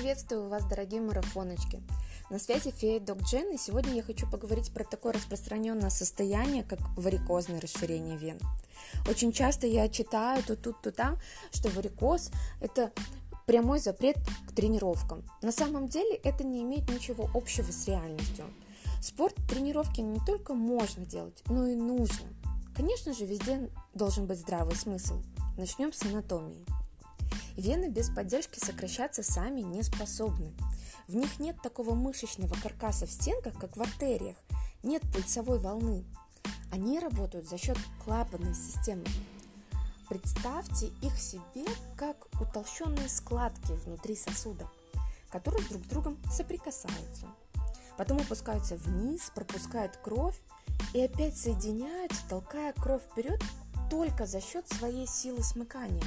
Приветствую вас, дорогие марафоночки! На связи фея Док Джен, и сегодня я хочу поговорить про такое распространенное состояние, как варикозное расширение вен. Очень часто я читаю то тут, то там, что варикоз – это прямой запрет к тренировкам. На самом деле это не имеет ничего общего с реальностью. Спорт, тренировки не только можно делать, но и нужно. Конечно же, везде должен быть здравый смысл. Начнем с анатомии. Вены без поддержки сокращаться сами не способны. В них нет такого мышечного каркаса в стенках, как в артериях, нет пульсовой волны. Они работают за счет клапанной системы. Представьте их себе как утолщенные складки внутри сосуда, которые друг с другом соприкасаются. Потом опускаются вниз, пропускают кровь и опять соединяются, толкая кровь вперед только за счет своей силы смыкания.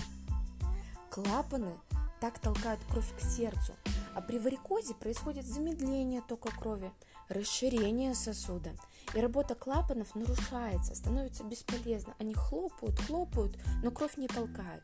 Клапаны так толкают кровь к сердцу, а при варикозе происходит замедление тока крови, расширение сосуда, и работа клапанов нарушается, становится бесполезна. Они хлопают, но кровь не толкают.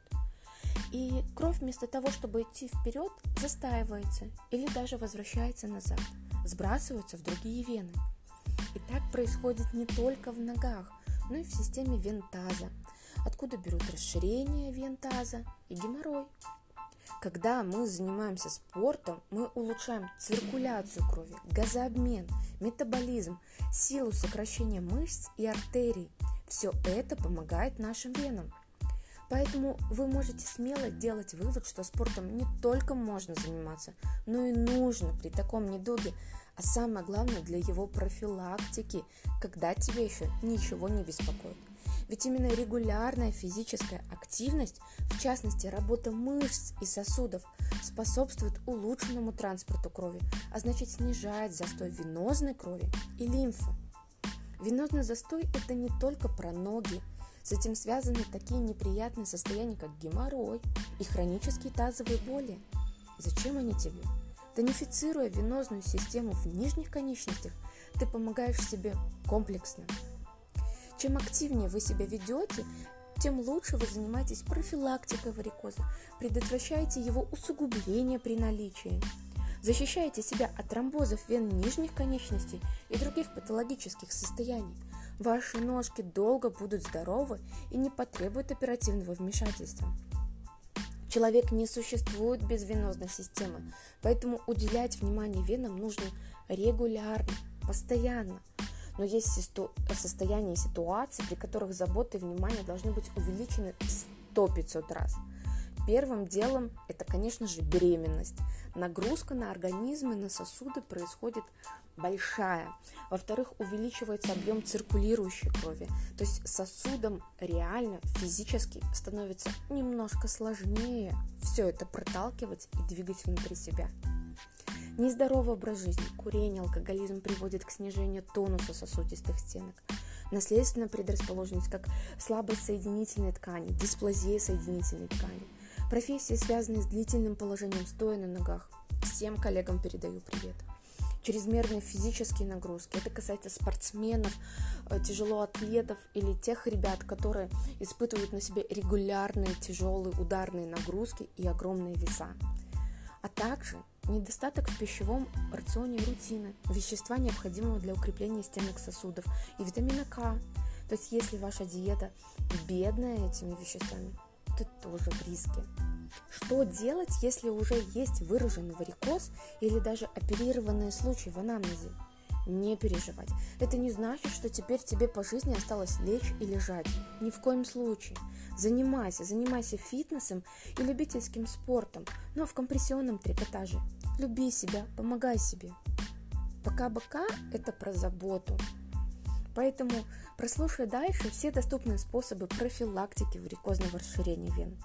И кровь вместо того, чтобы идти вперед, застаивается или даже возвращается назад, сбрасывается в другие вены. И так происходит не только в ногах, но и в системе вен таза, откуда берут расширение вен таза и геморрой. Когда мы занимаемся спортом, мы улучшаем циркуляцию крови, газообмен, метаболизм, силу сокращения мышц и артерий. Все это помогает нашим венам. Поэтому вы можете смело делать вывод, что спортом не только можно заниматься, но и нужно при таком недуге, а самое главное для его профилактики, когда тебе еще ничего не беспокоит. Ведь именно регулярная физическая активность, в частности работа мышц и сосудов, способствует улучшенному транспорту крови, а значит снижает застой венозной крови и лимфы. Венозный застой – это не только про ноги. С этим связаны такие неприятные состояния, как геморрой и хронические тазовые боли. Зачем они тебе? Тонифицируя венозную систему в нижних конечностях, ты помогаешь себе комплексно. Чем активнее вы себя ведете, тем лучше вы занимаетесь профилактикой варикоза, предотвращаете его усугубление при наличии, защищаете себя от тромбозов вен нижних конечностей и других патологических состояний. Ваши ножки долго будут здоровы и не потребуют оперативного вмешательства. Человек не существует без венозной системы, поэтому уделять внимание венам нужно регулярно, постоянно. Но есть состояния и ситуации, при которых забота и внимание должны быть увеличены в 100-500 раз. Первым делом это, конечно же, беременность. Нагрузка на организм и на сосуды происходит большая. Во-вторых, увеличивается объем циркулирующей крови. То есть сосудам реально физически становится немножко сложнее все это проталкивать и двигать внутри себя. Нездоровый образ жизни, курение, алкоголизм приводит к снижению тонуса сосудистых стенок. Наследственная предрасположенность, как слабость соединительной ткани, дисплазия соединительной ткани. Профессии, связанные с длительным положением стоя на ногах. Всем коллегам передаю привет. Чрезмерные физические нагрузки. Это касается спортсменов, тяжелоатлетов или тех ребят, которые испытывают на себе регулярные тяжелые ударные нагрузки и огромные веса. А также недостаток в пищевом рационе рутины, вещества, необходимого для укрепления стенок сосудов, и витамина К. То есть, если ваша диета бедная этими веществами, ты тоже в риске. Что делать, если уже есть выраженный варикоз или даже оперированные случаи в анамнезе? Не переживать. Это не значит, что теперь тебе по жизни осталось лечь и лежать. Ни в коем случае. Занимайся фитнесом и любительским спортом, но в компрессионном трикотаже. Люби себя, помогай себе. Пока бока – это про заботу. Поэтому прослушай дальше все доступные способы профилактики варикозного расширения вен.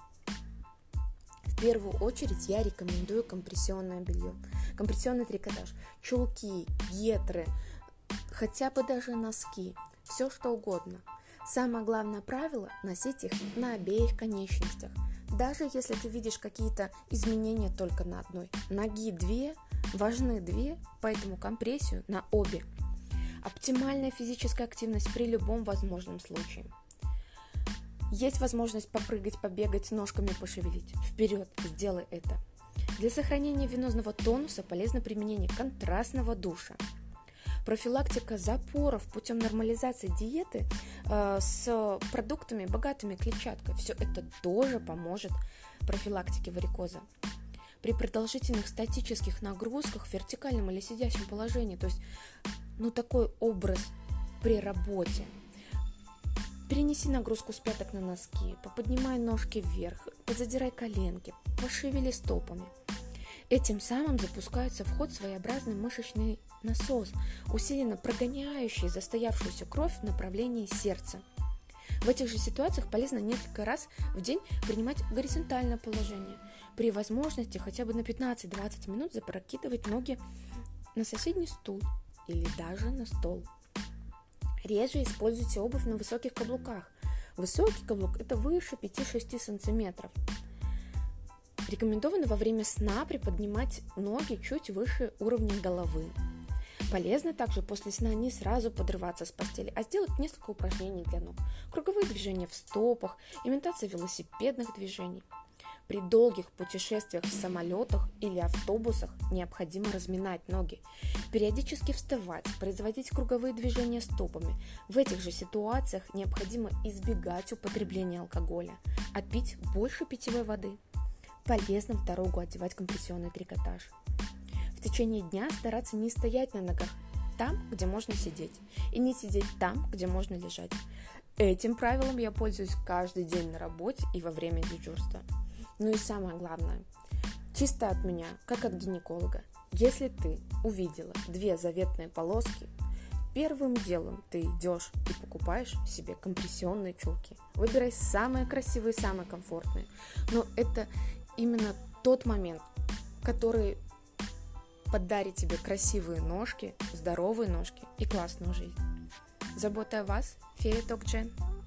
В первую очередь я рекомендую компрессионное белье, компрессионный трикотаж, чулки, гетры, хотя бы даже носки, все что угодно. Самое главное правило – носить их на обеих конечностях. Даже если ты видишь какие-то изменения только на одной. Ноги две, важны две, поэтому компрессию на обе. Оптимальная физическая активность при любом возможном случае. Есть возможность попрыгать, побегать, ножками пошевелить. Вперед, сделай это. Для сохранения венозного тонуса полезно применение контрастного душа. Профилактика запоров путем нормализации диеты с продуктами, богатыми клетчаткой. Все это тоже поможет профилактике варикоза. При продолжительных статических нагрузках в вертикальном или сидящем положении, то есть такой образ при работе. Перенеси нагрузку с пяток на носки, поподнимай ножки вверх, позадирай коленки, пошевели стопами. Этим самым запускается в ход своеобразный мышечный насос, усиленно прогоняющий застоявшуюся кровь в направлении сердца. В этих же ситуациях полезно несколько раз в день принимать горизонтальное положение. При возможности хотя бы на 15-20 минут запрокидывать ноги на соседний стул или даже на стол. Реже используйте обувь на высоких каблуках. Высокий каблук – это выше 5-6 см. Рекомендовано во время сна приподнимать ноги чуть выше уровня головы. Полезно также после сна не сразу подрываться с постели, а сделать несколько упражнений для ног. Круговые движения в стопах, имитация велосипедных движений. При долгих путешествиях в самолетах или автобусах необходимо разминать ноги, периодически вставать, производить круговые движения стопами. В этих же ситуациях необходимо избегать употребления алкоголя, а пить больше питьевой воды. Полезно в дорогу одевать компрессионный трикотаж. В течение дня стараться не стоять на ногах там, где можно сидеть, и не сидеть там, где можно лежать. Этим правилом я пользуюсь каждый день на работе и во время дежурства. И самое главное, чисто от меня, как от гинеколога, если ты увидела 2 заветные полоски, первым делом ты идешь и покупаешь себе компрессионные чулки. Выбирай самые красивые, самые комфортные. Но это именно тот момент, который подарит тебе красивые ножки, здоровые ножки и классную жизнь. Забота о вас, фея Док Джен.